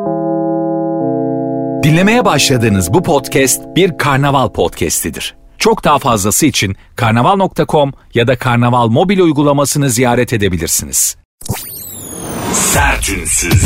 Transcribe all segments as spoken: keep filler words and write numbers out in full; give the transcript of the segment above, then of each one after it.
Dinlemeye başladığınız bu podcast bir karnaval podcastidir. Çok daha fazlası için karnaval nokta com ya da karnaval mobil uygulamasını ziyaret edebilirsiniz. Sertünsüz.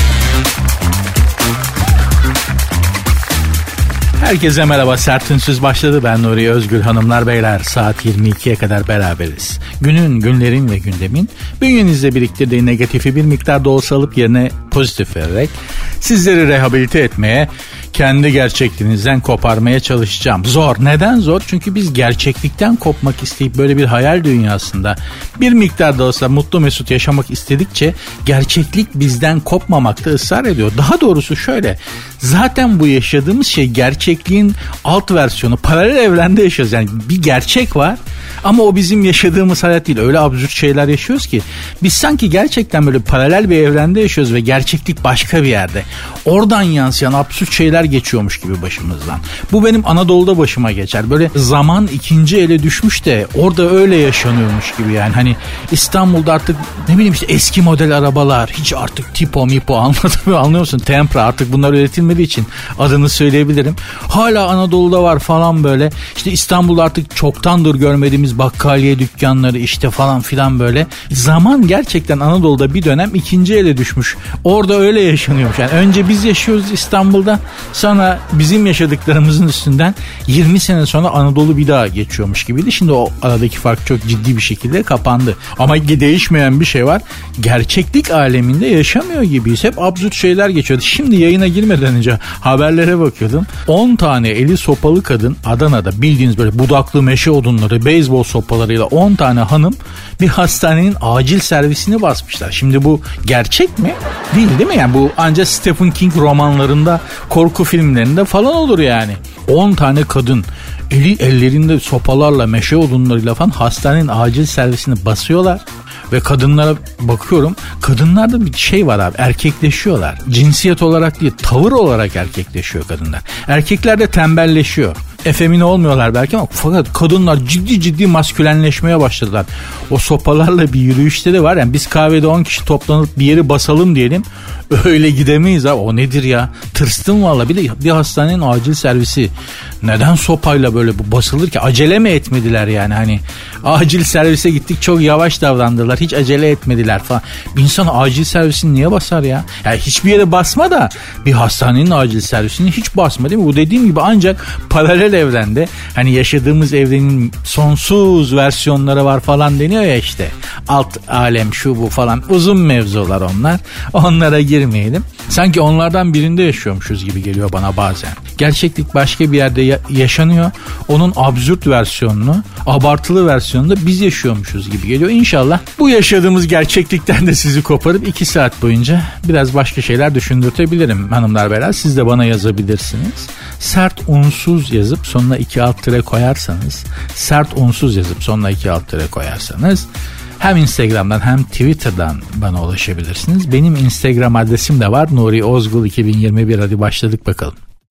Herkese merhaba, Sertünsüz başladı. Ben Nuri Özgül. Hanımlar beyler, saat yirmi ikiye kadar beraberiz. Günün, günlerin ve gündemin bünyenizde biriktirdiği negatifi bir miktar da olsa alıp yerine pozitif vererek sizleri rehabilite etmeye, kendi gerçekliğinizden koparmaya çalışacağım. Zor. Neden zor? Çünkü biz gerçeklikten kopmak isteyip böyle bir hayal dünyasında bir miktar da olsa mutlu mesut yaşamak istedikçe gerçeklik bizden kopmamakta ısrar ediyor. Daha doğrusu şöyle, zaten bu yaşadığımız şey gerçekliğin alt versiyonu, paralel evrende yaşıyoruz. Yani bir gerçek var ama o bizim yaşadığımız hayat değil. Öyle absürt şeyler yaşıyoruz ki biz sanki gerçekten böyle paralel bir evrende yaşıyoruz ve gerçeklik başka bir yerde. Oradan yansıyan absürt şeyler geçiyormuş gibi başımızdan. Bu benim Anadolu'da başıma geçer. Böyle zaman ikinci ele düşmüş de orada öyle yaşanıyormuş gibi yani. Hani İstanbul'da artık ne bileyim işte eski model arabalar, hiç artık tipo mipo anlatabiliyor, anlıyor musun? Tempra, artık bunlar üretilmediği için adını söyleyebilirim. Hala Anadolu'da var falan böyle. İşte İstanbul'da artık çoktandır görmediğimiz bakkaliye dükkanları işte falan filan böyle. Zaman gerçekten Anadolu'da bir dönem ikinci ele düşmüş. Orada öyle yaşanıyormuş. Yani önce biz yaşıyoruz İstanbul'da, sonra bizim yaşadıklarımızın üstünden yirmi sene sonra Anadolu bir daha geçiyormuş gibiydi. Şimdi o aradaki fark çok ciddi bir şekilde kapandı. Ama değişmeyen bir şey var. Gerçeklik aleminde yaşamıyor gibiyiz. Hep absürt şeyler geçiyordu. Şimdi yayına girmeden önce haberlere bakıyordum. on tane eli sopalı kadın Adana'da, bildiğiniz böyle budaklı meşe odunları, beyzbol sopalarıyla on tane hanım bir hastanenin acil servisini basmışlar. Şimdi bu gerçek mi? Değil değil mi? Yani bu ancak Stephen King romanlarında, korku filmlerinde falan olur yani. on tane kadın eli ellerinde sopalarla, meşe odunlarıyla falan hastanenin acil servisini basıyorlar. Ve kadınlara bakıyorum, kadınlarda bir şey var abi, erkekleşiyorlar. Cinsiyet olarak değil, tavır olarak erkekleşiyor kadınlar. Erkekler de tembelleşiyor. Efemine olmuyorlar belki ama fakat kadınlar ciddi ciddi maskülenleşmeye başladılar. O sopalarla bir yürüyüşte de var. Yani biz kahvede on kişi toplanıp bir yeri basalım diyelim. Öyle gidemeyiz abi. O nedir ya? Tırstım valla. Bir de bir hastanenin acil servisi neden sopayla böyle basılır ki? Acele mi etmediler yani? Hani acil servise gittik, çok yavaş davrandılar. Hiç acele etmediler falan. Bir insan acil servisini niye basar ya? Yani hiçbir yere basma da bir hastanenin acil servisini hiç basma, değil mi? Bu dediğim gibi ancak paralel evrende, hani yaşadığımız evrenin sonsuz versiyonları var falan deniyor ya işte. Alt alem şu bu falan, uzun mevzular onlar. Onlara girmeyelim. Sanki onlardan birinde yaşıyormuşuz gibi geliyor bana bazen. Gerçeklik başka bir yerde ya- yaşanıyor. Onun absürt versiyonunu, abartılı versiyonunu da biz yaşıyormuşuz gibi geliyor. İnşallah bu yaşadığımız gerçeklikten de sizi koparıp iki saat boyunca biraz başka şeyler düşündürtebilirim hanımlar beyler. Siz de bana yazabilirsiniz. Sert unsuz yazıp sonuna iki alt tire koyarsanız, sert unsuz yazıp sonuna iki alt tire koyarsanız hem Instagram'dan hem Twitter'dan bana ulaşabilirsiniz. Benim Instagram adresim de var, Nuri Ozgul iki bin yirmi bir. Hadi başladık bakalım.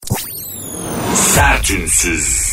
Sertünsüz.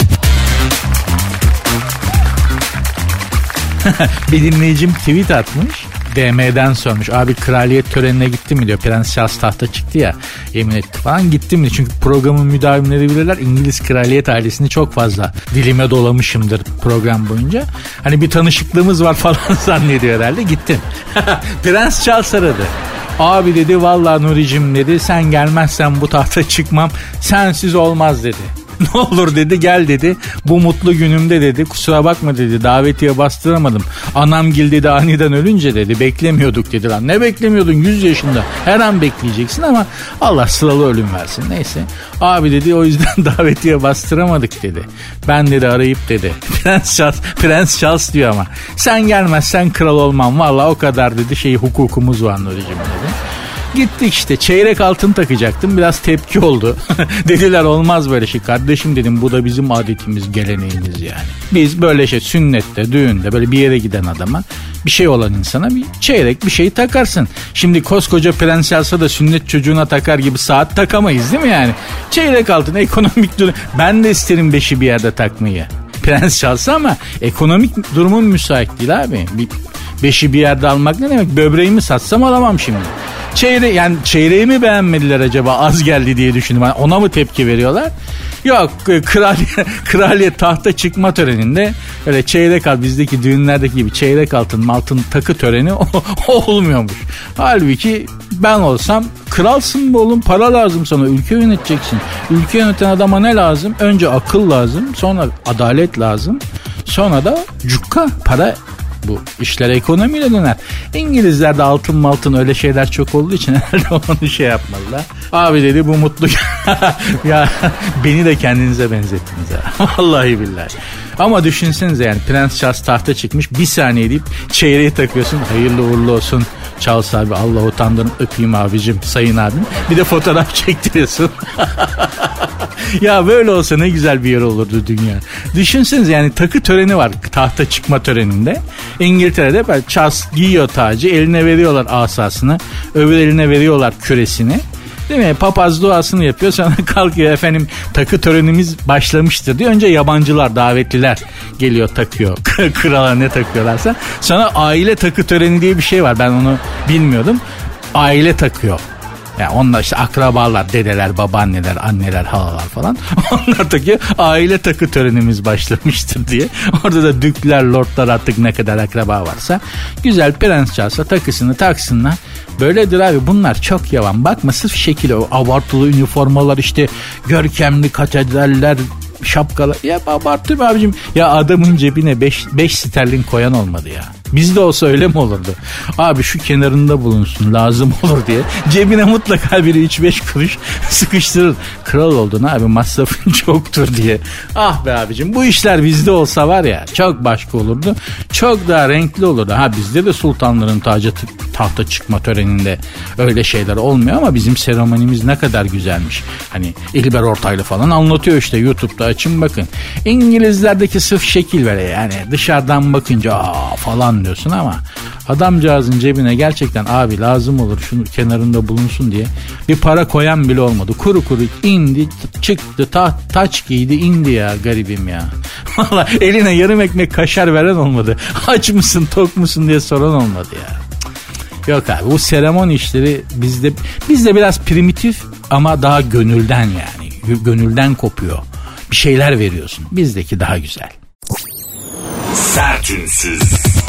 Bir dinleyicim tweet atmış. D M'den sormuş. Abi kraliyet törenine gittin mi diyor. Prens Charles tahta çıktı ya, yemin etti falan. Gittim mi? Çünkü programın müdavimleri bilirler. İngiliz kraliyet ailesini çok fazla dilime dolamışımdır program boyunca. Hani bir tanışıklığımız var falan zannediyor herhalde. Gittim. Prens Charles aradı. Abi dedi, vallahi Nuri'cim dedi, sen gelmezsen bu tahta çıkmam. Sensiz olmaz dedi. Ne olur dedi, gel dedi. Bu mutlu günümde dedi. Kusura bakma dedi, davetiye bastıramadım. Anamgil dedi aniden ölünce dedi. Beklemiyorduk dedi lan. Ne beklemiyordun? yüz yaşında. Her an bekleyeceksin ama Allah sıralı ölüm versin. Neyse. Abi dedi, o yüzden davetiye bastıramadık dedi. Ben dedi arayıp dedi. Prens Charles, Prens Charles diyor ama. Sen gelmezsen kral olmam. Vallahi o kadar dedi, şey hukukumuz var Nuri'cim dedi. Gittik işte, çeyrek altın takacaktım, biraz tepki oldu. Dediler olmaz böyle şey kardeşim dedim, bu da bizim adetimiz, geleneğimiz yani. Biz böyle şey sünnette, düğünde böyle bir yere giden adama, bir şey olan insana bir çeyrek bir şey takarsın. Şimdi koskoca Prens Charles'a da sünnet çocuğuna takar gibi saat takamayız değil mi yani? Çeyrek altın ekonomik durum, ben de isterim beşi bir yerde takmayı. Prens Charles'a ama ekonomik durumum müsait değil abi. Bir beşi bir yerde almak ne demek? Böbreğimi satsam alamam şimdi. Çeyre yani çeyreği mi beğenmediler acaba, az geldi diye düşündüm. Yani ona mı tepki veriyorlar? Yok, kraliyet, kraliyet tahta çıkma töreninde öyle çeyrek altın, bizdeki düğünlerdeki gibi çeyrek altın altın takı töreni olmuyormuş. Halbuki ben olsam, kralsın be oğlum, para lazım sana, ülke yöneteceksin. Ülke yöneten adama ne lazım? Önce akıl lazım, sonra adalet lazım, sonra da cukka, para. Bu işler ekonomiyle döner. İngilizlerde altın maltın öyle şeyler çok olduğu için herhalde onu şey yapmalılar. Abi dedi, bu mutlu. Ya beni de kendinize benzettiniz ha. Vallahi billahi. Ama düşünsenize yani, Prens Charles tahta çıkmış, bir saniye deyip çeyreği takıyorsun. Hayırlı uğurlu olsun Charles abi, Allah utandırın, öpeyim abicim, sayın abim. Bir de fotoğraf çektiriyorsun. Ya böyle olsa ne güzel bir yer olurdu dünya. Düşünsenize yani, takı töreni var tahta çıkma töreninde. İngiltere'de böyle Charles giyiyor tacı, eline veriyorlar asasını, öbür eline veriyorlar küresini. Değil mi? Papaz duasını yapıyor, sonra kalkıyor, efendim takı törenimiz başlamıştır diyor. Önce yabancılar, davetliler geliyor, takıyor. Krala ne takıyorlarsa. Sonra aile takı töreni diye bir şey var, ben onu bilmiyordum. Aile takıyor. Yani onlar işte akrabalar, dedeler, babaanneler, anneler, halalar falan. Onlar takıyor. Aile takı törenimiz başlamıştır diye. Orada da dükler, lordlar, artık ne kadar akraba varsa güzel Prens Charles'a takısını taksınlar. Böyledir abi, bunlar çok yavan. Bakma sırf şekil, o abartılı üniformalar, işte görkemli katedraller, şapkalar. Ya abartı be abicim. Ya adamın cebine beş sterlin koyan olmadı ya. Bizde olsa öyle mi olurdu? Abi şu kenarında bulunsun, lazım olur diye. Cebine mutlaka biri üç beş kuruş sıkıştırır. Kral oldun abi, masrafın çoktur diye. Ah be abicim, bu işler bizde olsa var ya, çok başka olurdu. Çok daha renkli olurdu. Ha bizde de sultanların tacı tahta çıkma töreninde öyle şeyler olmuyor ama bizim seremonimiz ne kadar güzelmiş. Hani İlber Ortaylı falan anlatıyor işte, YouTube'da açın bakın. İngilizlerdeki sırf şekil vere yani, dışarıdan bakınca aa falan diyorsun ama adamcağızın cebine gerçekten abi lazım olur, şunu kenarında bulunsun diye bir para koyan bile olmadı. Kuru kuru indi çıktı, ta, taç giydi indi ya, garibim ya. Vallahi eline yarım ekmek kaşar veren olmadı. Aç mısın tok musun diye soran olmadı ya. Yok abi, bu seremoni işleri bizde bizde biraz primitif ama daha gönülden, yani gönülden kopuyor. Bir şeyler veriyorsun. Bizdeki daha güzel. Sertünsüz.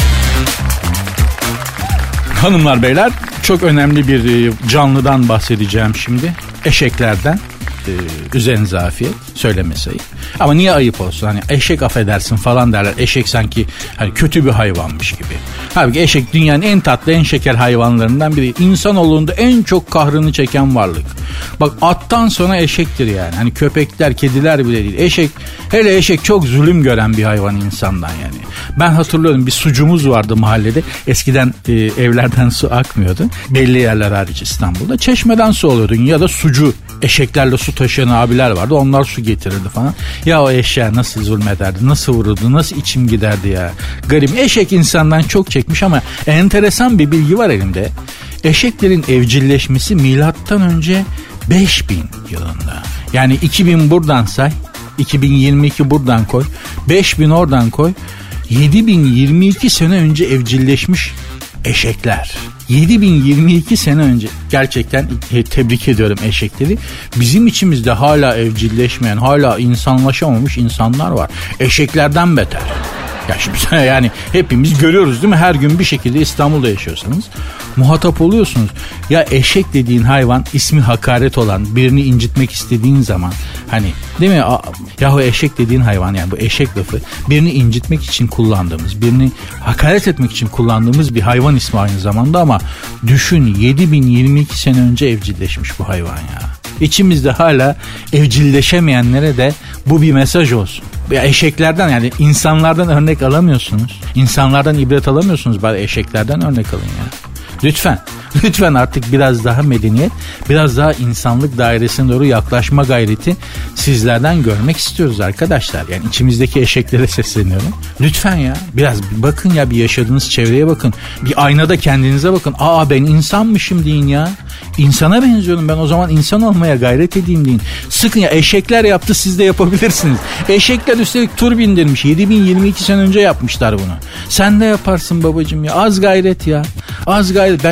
Hanımlar beyler, çok önemli bir canlıdan bahsedeceğim şimdi. Eşeklerden. Ee, üzerinize afiyet, söylemesi ayıp. Ama niye ayıp olsun? Hani eşek affedersin falan derler. Eşek sanki hani kötü bir hayvanmış gibi. Halbuki eşek dünyanın en tatlı, en şeker hayvanlarından biri. İnsanoğlunda en çok kahrını çeken varlık. Bak attan sonra eşektir yani. Hani köpekler, kediler bile değil. Eşek, hele eşek çok zulüm gören bir hayvan insandan yani. Ben hatırlıyorum, bir sucumuz vardı mahallede. Eskiden e, evlerden su akmıyordu. Belli yerler hariç İstanbul'da. Çeşmeden su alıyordun ya da sucu. Eşeklerle su taşıyan abiler vardı. Onlar su getirirdi falan. Ya o eşeğe nasıl zulmederdi, nasıl vururdu, nasıl içim giderdi ya. Garip. Eşek insandan çok çekmiş ama enteresan bir bilgi var elimde. Eşeklerin evcilleşmesi milattan önce beş bin yılında. Yani iki bin buradan say, iki bin yirmi iki buradan koy, beş bin oradan koy. yedi bin yirmi iki sene önce evcilleşmiş eşekler. yedi bin yirmi iki sene önce, gerçekten tebrik ediyorum eşekleri. Bizim içimizde hala evcilleşmeyen, hala insanlaşamamış insanlar var. Eşeklerden beter. Ya şimdi yani hepimiz görüyoruz değil mi? Her gün bir şekilde İstanbul'da yaşıyorsanız muhatap oluyorsunuz. Ya eşek dediğin hayvan, ismi hakaret olan, birini incitmek istediğin zaman hani değil mi? Yahu eşek dediğin hayvan, yani bu eşek lafı birini incitmek için kullandığımız, birini hakaret etmek için kullandığımız bir hayvan ismi aynı zamanda ama düşün, yedi bin yirmi iki sene önce evcilleşmiş bu hayvan ya. İçimizde hala evcilleşemeyenlere de bu bir mesaj olsun. Ya eşeklerden, yani insanlardan örnek alamıyorsunuz. İnsanlardan ibret alamıyorsunuz, bari eşeklerden örnek alın ya. Lütfen, lütfen artık biraz daha medeniyet, biraz daha insanlık dairesine doğru yaklaşma gayreti sizlerden görmek istiyoruz arkadaşlar. Yani içimizdeki eşeklere sesleniyorum. Lütfen ya, biraz bir bakın ya, bir yaşadığınız çevreye bakın. Bir aynada kendinize bakın. Aa ben insanmışım deyin ya. İnsana benziyorum ben, o zaman insan olmaya gayret edeyim deyin. Sıkın ya, eşekler yaptı, siz de yapabilirsiniz. Eşekler üstelik tur bindirmiş, yedi bin yirmi iki sene önce yapmışlar bunu. Sen de yaparsın babacığım ya, az gayret ya. Az gayret, ben insanım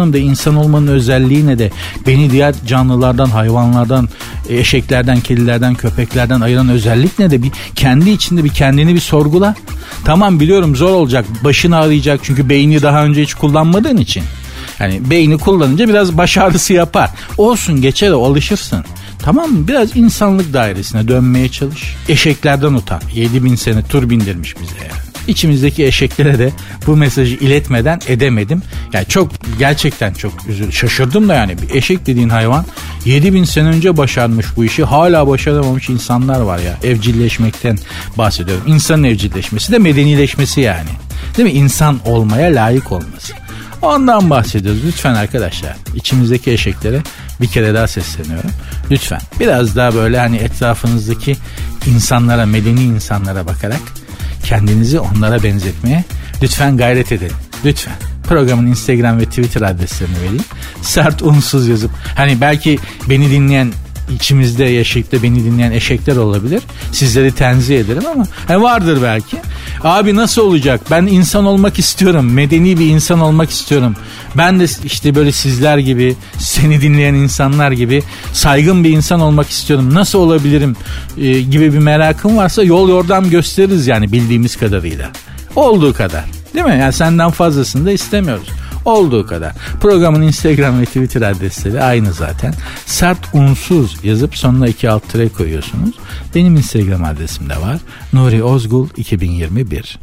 insanım da insan olmanın özelliği ne de beni diğer canlılardan, hayvanlardan, eşeklerden, kedilerden, köpeklerden ayıran özellik ne de bir kendi içinde bir kendini bir sorgula. Tamam biliyorum zor olacak, başın ağrıyacak çünkü beyni daha önce hiç kullanmadığın için. Yani beyni kullanınca biraz baş ağrısı yapar. Olsun geçer o, alışırsın. Tamam mı? Biraz insanlık dairesine dönmeye çalış. Eşeklerden utan. yedi bin sene tur bindirmiş bize yani. İçimizdeki eşeklere de bu mesajı iletmeden edemedim. Yani çok gerçekten çok üzüldüm. Şaşırdım da yani. Bir eşek dediğin hayvan yedi bin sene önce başarmış bu işi. Hala başaramamış insanlar var ya. Evcilleşmekten bahsediyorum. İnsanın evcilleşmesi de medenileşmesi yani. Değil mi? İnsan olmaya layık olması. Ondan bahsediyoruz. Lütfen arkadaşlar içimizdeki eşeklere bir kere daha sesleniyorum. Lütfen biraz daha böyle hani etrafınızdaki insanlara, medeni insanlara bakarak kendinizi onlara benzetmeye lütfen gayret edin. Lütfen. Programın Instagram ve Twitter adreslerini vereyim. Sert unsuz yazıp hani belki beni dinleyen içimizde yaşayıp da beni dinleyen eşekler olabilir. Sizleri tenzih ederim ama he vardır belki. Abi nasıl olacak? Ben insan olmak istiyorum. Medeni bir insan olmak istiyorum. Ben de işte böyle sizler gibi, seni dinleyen insanlar gibi saygın bir insan olmak istiyorum. Nasıl olabilirim e, gibi bir merakım varsa yol yordam gösteririz yani bildiğimiz kadarıyla. Olduğu kadar. Değil mi? Yani senden fazlasını da istemiyoruz. Olduğu kadar. Programın Instagram ve Twitter adresleri aynı zaten. Sert unsuz yazıp sonuna iki alt tire koyuyorsunuz. Benim Instagram adresim de var. Nuri Ozgul iki bin yirmi bir.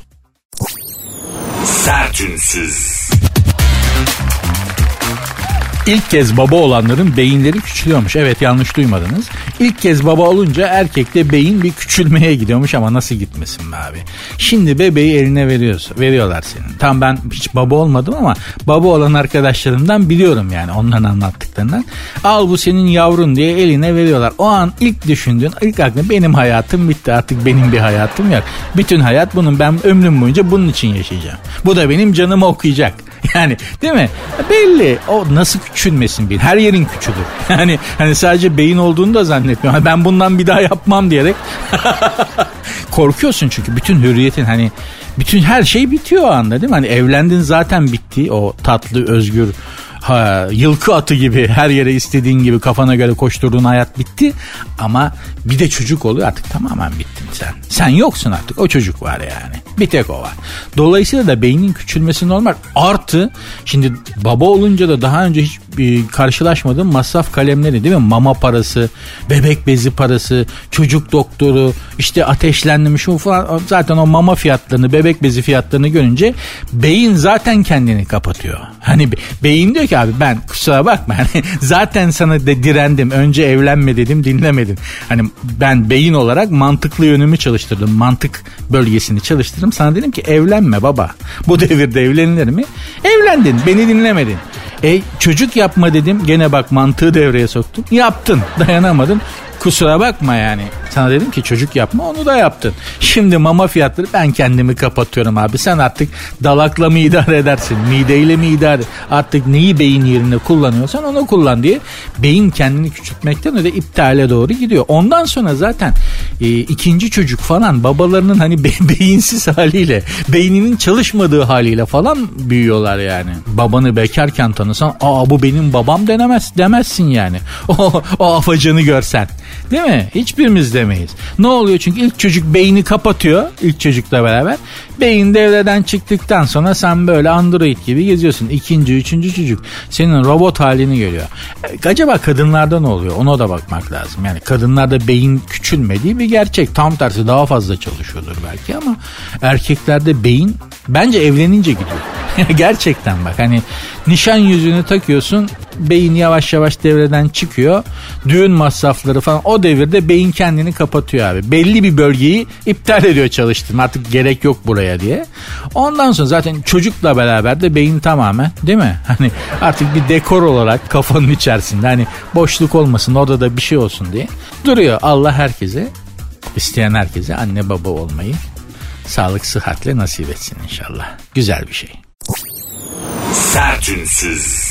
Sert unsuz. İlk kez baba olanların beyinleri küçülüyormuş. Evet, yanlış duymadınız. İlk kez baba olunca erkekte beyin bir küçülmeye gidiyormuş ama nasıl gitmesin be abi. Şimdi bebeği eline veriyoruz, veriyorlar senin. Tam ben hiç baba olmadım ama baba olan arkadaşlarımdan biliyorum yani onların anlattıklarından. Al bu senin yavrun diye eline veriyorlar. O an ilk düşündüğün, ilk aklına benim hayatım bitti, artık benim bir hayatım yok. Bütün hayat bunun, ben ömrüm boyunca bunun için yaşayacağım. Bu da benim canımı okuyacak. Yani değil mi? Belli. O nasıl küçülmesin beyin? Her yerin küçülür. Yani hani sadece beyin olduğunu da zannetmiyorum. Ben bundan bir daha yapmam diyerek korkuyorsun çünkü bütün hürriyetin hani bütün her şey bitiyor o anda değil mi? Hani evlendin zaten bitti. O tatlı, özgür, ha, yılkı atı gibi her yere istediğin gibi kafana göre koşturduğun hayat bitti. Ama bir de çocuk oluyor, artık tamamen bittin sen. Sen yoksun artık, o çocuk var yani. Bir tek o var. Dolayısıyla da beynin küçülmesi normal. Artı şimdi baba olunca da daha önce hiç e, karşılaşmadığım masraf kalemleri değil mi? Mama parası, bebek bezi parası, çocuk doktoru, işte ateşlendim şu falan. Zaten o mama fiyatlarını, bebek bezi fiyatlarını görünce beyin zaten kendini kapatıyor. Hani beyin diyor ki abi ben kusura bakma hani zaten sana de direndim. Önce evlenme dedim, dinlemedin. Hani ben beyin olarak mantıklı yönümü çalıştırdım. Mantık bölgesini çalıştırdım. Sana dedim ki evlenme baba. Bu devirde evlenilir mi? Evlendin, beni dinlemedin. E çocuk yapma dedim. Gene bak mantığı devreye soktum. Yaptın, dayanamadın. Kusura bakma yani. Sana dedim ki çocuk yapma, onu da yaptın. Şimdi mama fiyatları, ben kendimi kapatıyorum abi. Sen artık dalakla mı idare edersin? Mideyle mi idare? Artık neyi beyin yerine kullanıyorsan onu kullan diye. Beyin kendini küçültmekten öyle iptale doğru gidiyor. Ondan sonra zaten e, ikinci çocuk falan babalarının hani be- beyinsiz haliyle, beyninin çalışmadığı haliyle falan büyüyorlar yani. Babanı bekarken tanısan, aa bu benim babam denemez, demezsin yani. O, o afacanı görsen. Değil mi? Hiçbirimiz demeyiz. Ne oluyor? Çünkü ilk çocuk beyni kapatıyor. İlk çocukla beraber. Beyin devreden çıktıktan sonra sen böyle android gibi geziyorsun. İkinci, üçüncü çocuk senin robot halini görüyor. Acaba kadınlarda ne oluyor? Ona da bakmak lazım. Yani kadınlarda beyin küçülmediği bir gerçek. Tam tersi daha fazla çalışıyordur belki ama erkeklerde beyin bence evlenince gidiyor. Gerçekten bak hani nişan yüzüğünü takıyorsun, beyin yavaş yavaş devreden çıkıyor. Düğün masrafları falan, o devirde beyin kendini kapatıyor abi. Belli bir bölgeyi iptal ediyor çalıştırma. Artık gerek yok buraya diye. Ondan sonra zaten çocukla beraber de beyin tamamen değil mi? Hani artık bir dekor olarak kafanın içerisinde hani boşluk olmasın, orada da bir şey olsun diye duruyor. Allah herkese, isteyen herkese anne baba olmayı sağlık sıhhatle nasip etsin inşallah. Güzel bir şey. Sertünsüz.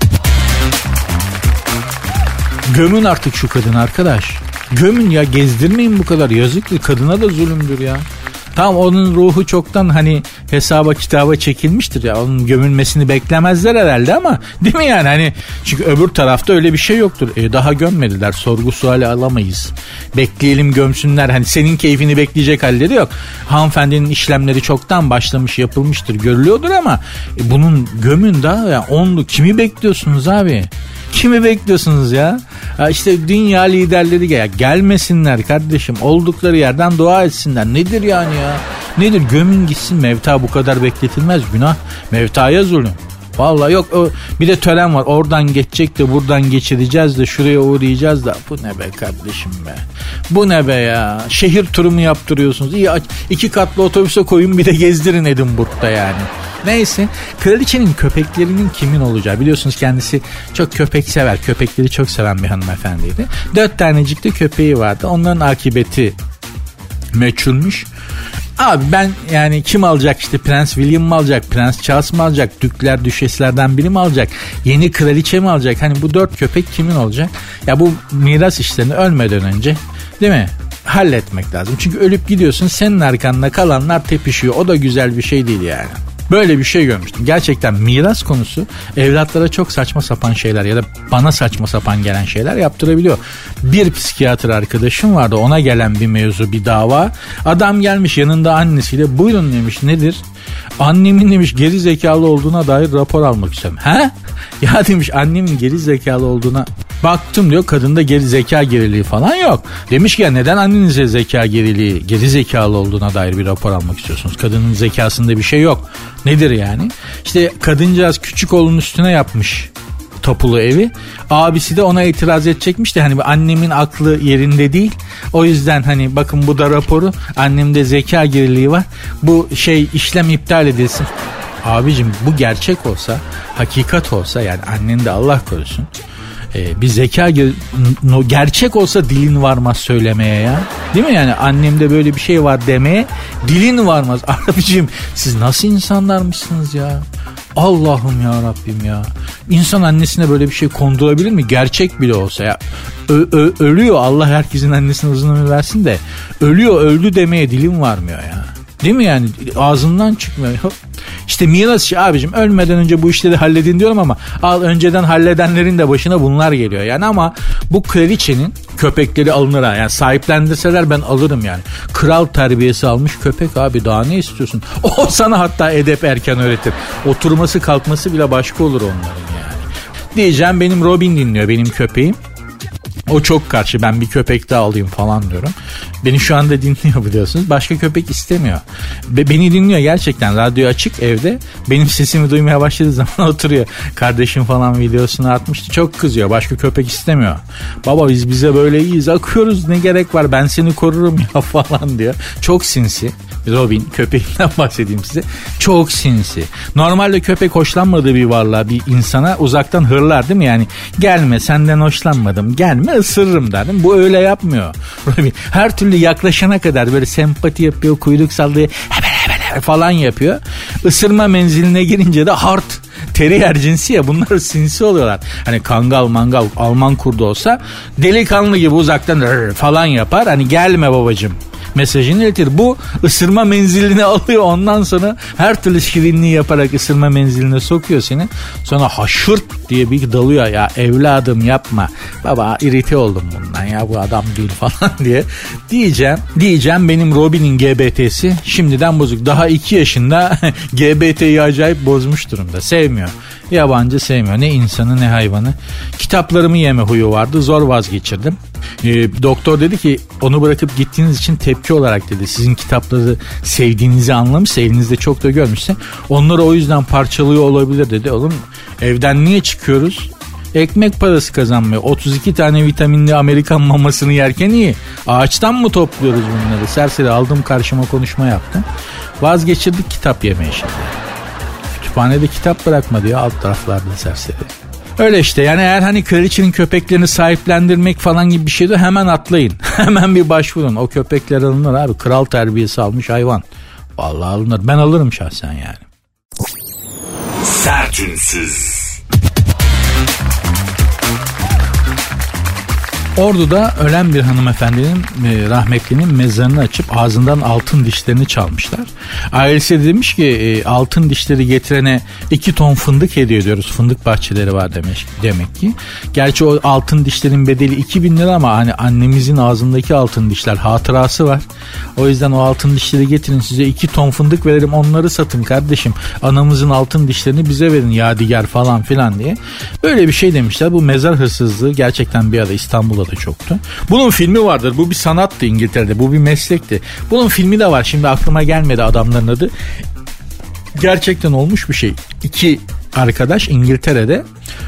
Gömün artık şu kadın arkadaş. Gömün ya, gezdirmeyin bu kadar. Yazık ki kadına da zulümdür ya. Tamam, onun ruhu çoktan hani hesaba kitaba çekilmiştir ya. Onun gömülmesini beklemezler herhalde ama değil mi yani? Hani çünkü öbür tarafta öyle bir şey yoktur. E, daha gömmediler. Sorgu suali alamayız. Bekleyelim gömsünler. Hani senin keyfini bekleyecek halleri yok. Hanımefendinin işlemleri çoktan başlamış, yapılmıştır, görülüyordur ama e, bunun gömün daha ya onlu kimi bekliyorsunuz abi? Kimi bekliyorsunuz ya? ya işte dünya liderleri gel gelmesinler kardeşim. Oldukları yerden dua etsinler. Nedir yani ya? Nedir? Gömün gitsin. Mevta bu kadar bekletilmez. Günah. Mevtaya zulüm. Vallahi yok o, bir de tören var. Oradan geçecek de buradan geçireceğiz de şuraya uğrayacağız da. Bu ne be kardeşim be? Bu ne be ya? Şehir turu mu yaptırıyorsunuz? İyi, iki katlı otobüse koyun bir de gezdirin Edinburgh'da yani. Neyse, kraliçenin köpeklerinin kimin olacağı, biliyorsunuz kendisi çok köpek sever, köpekleri çok seven bir hanımefendiydi. Dört tanecik de köpeği vardı, onların akıbeti meçhulmuş. Abi ben yani kim alacak, işte Prens William mı alacak, Prens Charles mı alacak, dükler düşeslerden biri mi alacak, yeni kraliçe mi alacak, hani bu dört köpek kimin olacak? Ya bu miras işlerini ölmeden önce değil mi halletmek lazım, çünkü ölüp gidiyorsun, senin arkanda kalanlar tepişiyor, o da güzel bir şey değil yani. Böyle bir şey görmüştüm. Gerçekten miras konusu evlatlara çok saçma sapan şeyler ya da bana saçma sapan gelen şeyler yaptırabiliyor. Bir psikiyatr arkadaşım vardı, ona gelen bir mevzu, bir dava. Adam gelmiş yanında annesiyle, buyurun demiş, nedir? Annemin demiş geri zekalı olduğuna dair rapor almak istiyorum. He? Ya demiş annemin geri zekalı olduğuna baktım diyor, kadında geri zeka geriliği falan yok. Demiş ki ya neden annenize zeka geriliği, geri zekalı olduğuna dair bir rapor almak istiyorsunuz? Kadının zekasında bir şey yok. Nedir yani? İşte kadıncağız küçük oğlunun üstüne yapmış tapulu evi. Abisi de ona itiraz edecekmiş de hani annemin aklı yerinde değil. O yüzden hani bakın bu da raporu. Annemde zeka geriliği var. Bu şey işlem iptal edilsin. Abicim bu gerçek olsa, hakikat olsa, yani annen de Allah korusun, Ee, bir zeka ger- gerçek olsa dilin varmaz söylemeye ya. Değil mi yani, annemde böyle bir şey var demeye dilin varmaz. Abicim siz nasıl insanlarmışsınız ya? Allah'ım ya Rabbim ya. İnsan annesine böyle bir şey kondurabilir mi? Gerçek bile olsa ya. Ö- ö- ölüyor, Allah herkesin annesine uzun ömür versin de. Ölüyor, öldü demeye dilim varmıyor ya. Değil mi yani? Ağzından çıkmıyor. İşte miras işi abicim, ölmeden önce bu işleri halledin diyorum ama al, önceden halledenlerin de başına bunlar geliyor yani. Ama bu kraliçenin köpekleri alınır ha, yani sahiplendirseler ben alırım yani. Kral terbiyesi almış köpek abi, daha ne istiyorsun? O sana hatta edep erken öğretir. Oturması kalkması bile başka olur onların yani. Diyeceğim benim Robin dinliyor, benim köpeğim. O çok karşı, ben bir köpek daha alayım falan diyorum. Beni şu anda dinliyor biliyorsunuz. Başka köpek istemiyor. Be- beni dinliyor gerçekten. Radyo açık evde. Benim sesimi duymaya başladığı zaman oturuyor. Kardeşim falan videosunu atmıştı. Çok kızıyor. Başka köpek istemiyor. Baba biz bize böyle iyiyiz, akıyoruz, ne gerek var, ben seni korurum ya falan diyor. Çok sinsi. Robin köpeğinden bahsedeyim size. Çok sinsi. Normalde köpek hoşlanmadığı bir varlığa, bir insana uzaktan hırlar değil mi? Yani gelme, senden hoşlanmadım, gelme ısırırım derdim. Bu öyle yapmıyor. Robin her türlü yaklaşana kadar böyle sempati yapıyor, kuyruk sallıyor, hemen hemen falan yapıyor. Isırma menziline girince de hard. Terrier cinsi ya, bunlar sinsi oluyorlar. Hani kangal mangal Alman kurdu olsa delikanlı gibi uzaktan falan yapar. Hani gelme babacığım mesajını iletir. Bu ısırma menziline alıyor, ondan sonra her türlü şirinliği yaparak ısırma menziline sokuyor seni. Sonra haşırt diye bir dalıyor, ya evladım yapma. Baba irite oldum bundan ya, bu adam değil falan diye. Diyeceğim, diyeceğim benim Robin'in G B T'si şimdiden bozuk. Daha iki yaşında G B T'yi acayip bozmuş durumda. Sevmiyor. Yabancı sevmiyor. Ne insanı ne hayvanı. Kitaplarımı yeme huyu vardı. Zor vazgeçirdim. Ee, doktor dedi ki onu bırakıp gittiğiniz için tepki olarak dedi, sizin kitapları sevdiğinizi anlamışsa, elinizde çok da görmüşse onları o yüzden parçalıyor olabilir dedi. Oğlum evden niye çıkıyoruz? Ekmek parası kazanmıyor. otuz iki tane vitaminli Amerikan mamasını yerken iyi. Ağaçtan mı topluyoruz bunları? Serseri aldım karşıma, konuşma yaptım. Vazgeçirdik kitap yemeye şimdi. Kütüphanede kitap bırakmadı ya, alt taraflarda serseri. Öyle işte yani, eğer hani kraliçenin köpeklerini sahiplendirmek falan gibi bir şeyde hemen atlayın. Hemen bir başvurun. O köpekler alınır abi. Kral terbiyesi almış hayvan. Vallahi alınır. Ben alırım şahsen yani. Sertünsüz. Ordu'da ölen bir hanımefendinin e, rahmetlinin mezarını açıp ağzından altın dişlerini çalmışlar. Ailesi de demiş ki e, altın dişleri getirene iki ton fındık hediye ediyoruz. Fındık bahçeleri var demek, demek ki. Gerçi o altın dişlerin bedeli iki bin lira ama hani annemizin ağzındaki altın dişler hatırası var. O yüzden o altın dişleri getirin, size iki ton fındık verelim, onları satın kardeşim. Anamızın altın dişlerini bize verin yadigar falan filan diye. Böyle bir şey demişler. Bu mezar hırsızlığı gerçekten bir ara İstanbul'da da çoktu. Bunun filmi vardır. Bu bir sanattı İngiltere'de. Bu bir meslekti. Bunun filmi de var. Şimdi aklıma gelmedi adamların adı. Gerçekten olmuş bir şey. İki arkadaş İngiltere'de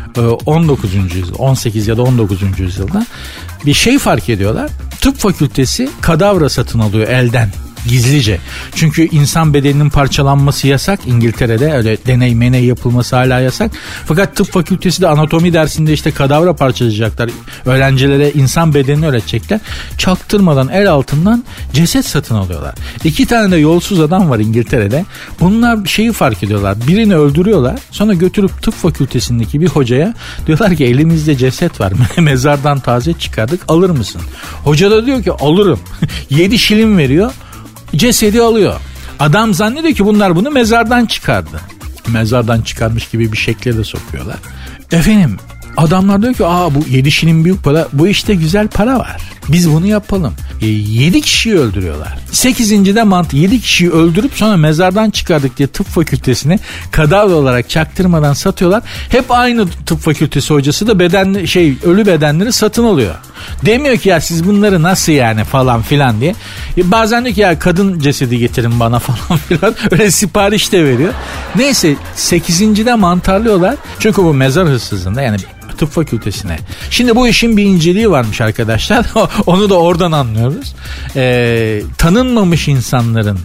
on dokuzuncu yüzyıl, on sekiz ya da on dokuzuncu yüzyılda bir şey fark ediyorlar. Tıp fakültesi kadavra satın alıyor elden. Gizlice. Çünkü insan bedeninin parçalanması yasak İngiltere'de, öyle deney meney yapılması hala yasak. Fakat tıp fakültesi de anatomi dersinde işte kadavra parçalayacaklar. Öğrencilere insan bedenini öğretecekler. Çaktırmadan el altından ceset satın alıyorlar. İki tane de yolsuz adam var İngiltere'de. Bunlar şeyi fark ediyorlar. Birini öldürüyorlar. Sonra götürüp tıp fakültesindeki bir hocaya diyorlar ki elimizde ceset var. Mezardan taze çıkardık, alır mısın? Hoca da diyor ki alırım. Yedi şilin veriyor. Cesedi alıyor. Adam zannediyor ki bunlar bunu mezardan çıkardı. Mezardan çıkarmış gibi bir şekle de sokuyorlar. Efendim adamlar diyor ki aa bu yedi şilin büyük para, bu işte güzel para var. Biz bunu yapalım. E, yedi kişiyi öldürüyorlar. sekizinci de mantı yedi kişiyi öldürüp sonra mezardan çıkardık diye tıp fakültesini kadavra olarak çaktırmadan satıyorlar. Hep aynı tıp fakültesi hocası da beden şey ölü bedenleri satın alıyor. Demiyor ki ya siz bunları nasıl yani falan filan diye. E, bazen diyor ki ya kadın cesedi getirin bana falan filan. Öyle sipariş de veriyor. Neyse sekizinci de mantarlıyorlar. Çünkü bu mezar hırsızlığında yani tıp fakültesine. Şimdi bu işin bir inceliği varmış arkadaşlar. Onu da oradan anlıyoruz. Ee, tanınmamış insanların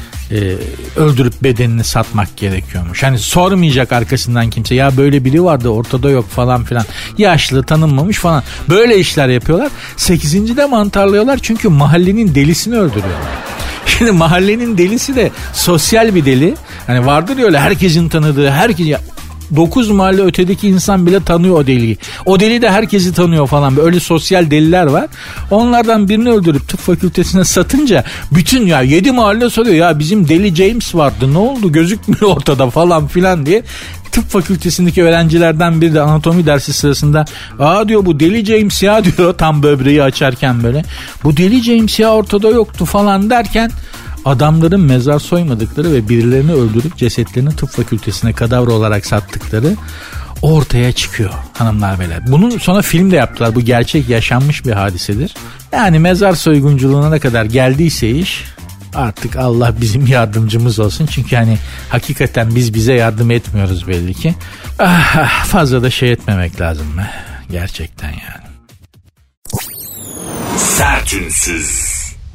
e, öldürüp bedenini satmak gerekiyormuş. Hani sormayacak arkasından kimse. Ya böyle biri vardı ortada yok falan filan. Yaşlı tanınmamış falan. Böyle işler yapıyorlar. sekizinci de mantarlıyorlar çünkü mahallenin delisini öldürüyorlar. Şimdi mahallenin delisi de sosyal bir deli. Hani vardır ya öyle herkesin tanıdığı, herkes dokuz mahalle ötedeki insan bile tanıyor o deliyi. O deli de herkesi tanıyor falan. Öyle sosyal deliler var. Onlardan birini öldürüp tıp fakültesine satınca bütün ya yedi mahalle soruyor. Ya bizim deli James vardı. Ne oldu? Gözükmüyor ortada falan filan diye. Tıp fakültesindeki öğrencilerden biri de anatomi dersi sırasında aa diyor bu deli James ya diyor tam böbreği açarken böyle. Bu deli James ya ortada yoktu falan derken adamların mezar soymadıkları ve birilerini öldürüp cesetlerini tıp fakültesine kadavra olarak sattıkları ortaya çıkıyor hanımlar beyler. Bunun sonra film de yaptılar. Bu gerçek yaşanmış bir hadisedir. Yani mezar soygunculuğuna ne kadar geldiyse iş artık Allah bizim yardımcımız olsun. Çünkü hani hakikaten biz bize yardım etmiyoruz belli ki. Ah, fazla da şey etmemek lazım mı? Gerçekten yani. Sertünsüz.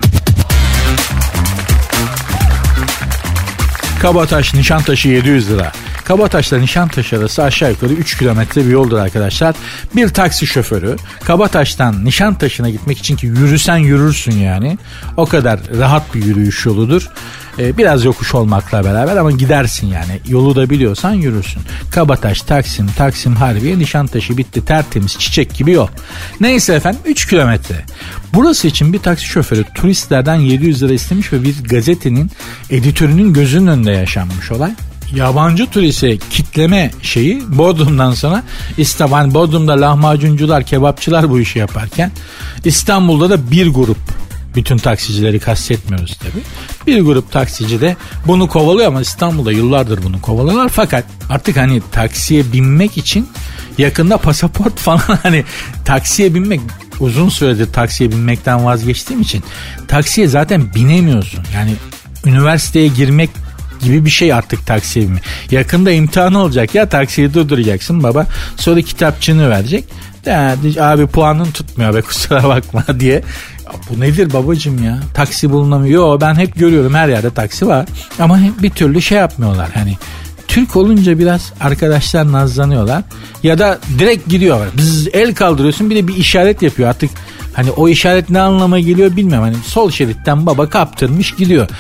Kabataş Nişantaşı yedi yüz lira. Kabataş'la Nişantaşı arası aşağı yukarı üç kilometre bir yoldur arkadaşlar. Bir taksi şoförü Kabataş'tan Nişantaşı'na gitmek için ki yürüsen yürürsün yani. O kadar rahat bir yürüyüş yoludur. Ee, biraz yokuş olmakla beraber ama gidersin yani. Yolu da biliyorsan yürürsün. Kabataş, Taksim, Taksim Harbiye, Nişantaşı bitti tertemiz çiçek gibi yol. Neyse efendim üç kilometre. Burası için bir taksi şoförü turistlerden yedi yüz lira istemiş ve bir gazetenin editörünün gözünün önünde yaşanmış olay. Yabancı turiste kitleme şeyi Bodrum'dan sonra İstanbul, Bodrum'da lahmacuncular, kebapçılar bu işi yaparken İstanbul'da da bir grup, bütün taksicileri kastetmiyoruz tabii, bir grup taksici de bunu kovalıyor ama İstanbul'da yıllardır bunu kovalıyorlar. Fakat artık hani taksiye binmek için yakında pasaport falan, hani taksiye binmek, uzun süredir taksiye binmekten vazgeçtiğim için taksiye zaten binemiyorsun. Yani üniversiteye girmek gibi bir şey artık taksiye binmek. Yakında imtihan olacak ya, taksiyi durduracaksın baba. Sonra kitapçığını verecek. Ya, abi puanın tutmuyor be kusura bakma diye. Ya, bu nedir babacığım ya? Taksi bulunamıyor. Yo, ben hep görüyorum her yerde taksi var. Ama bir türlü şey yapmıyorlar. Hani Türk olunca biraz arkadaşlar nazlanıyorlar. Ya da direkt gidiyorlar. Biz el kaldırıyorsun, bir de bir işaret yapıyor. Artık hani o işaret ne anlama geliyor bilmiyorum. Hani sol şeritten baba kaptırmış gidiyor.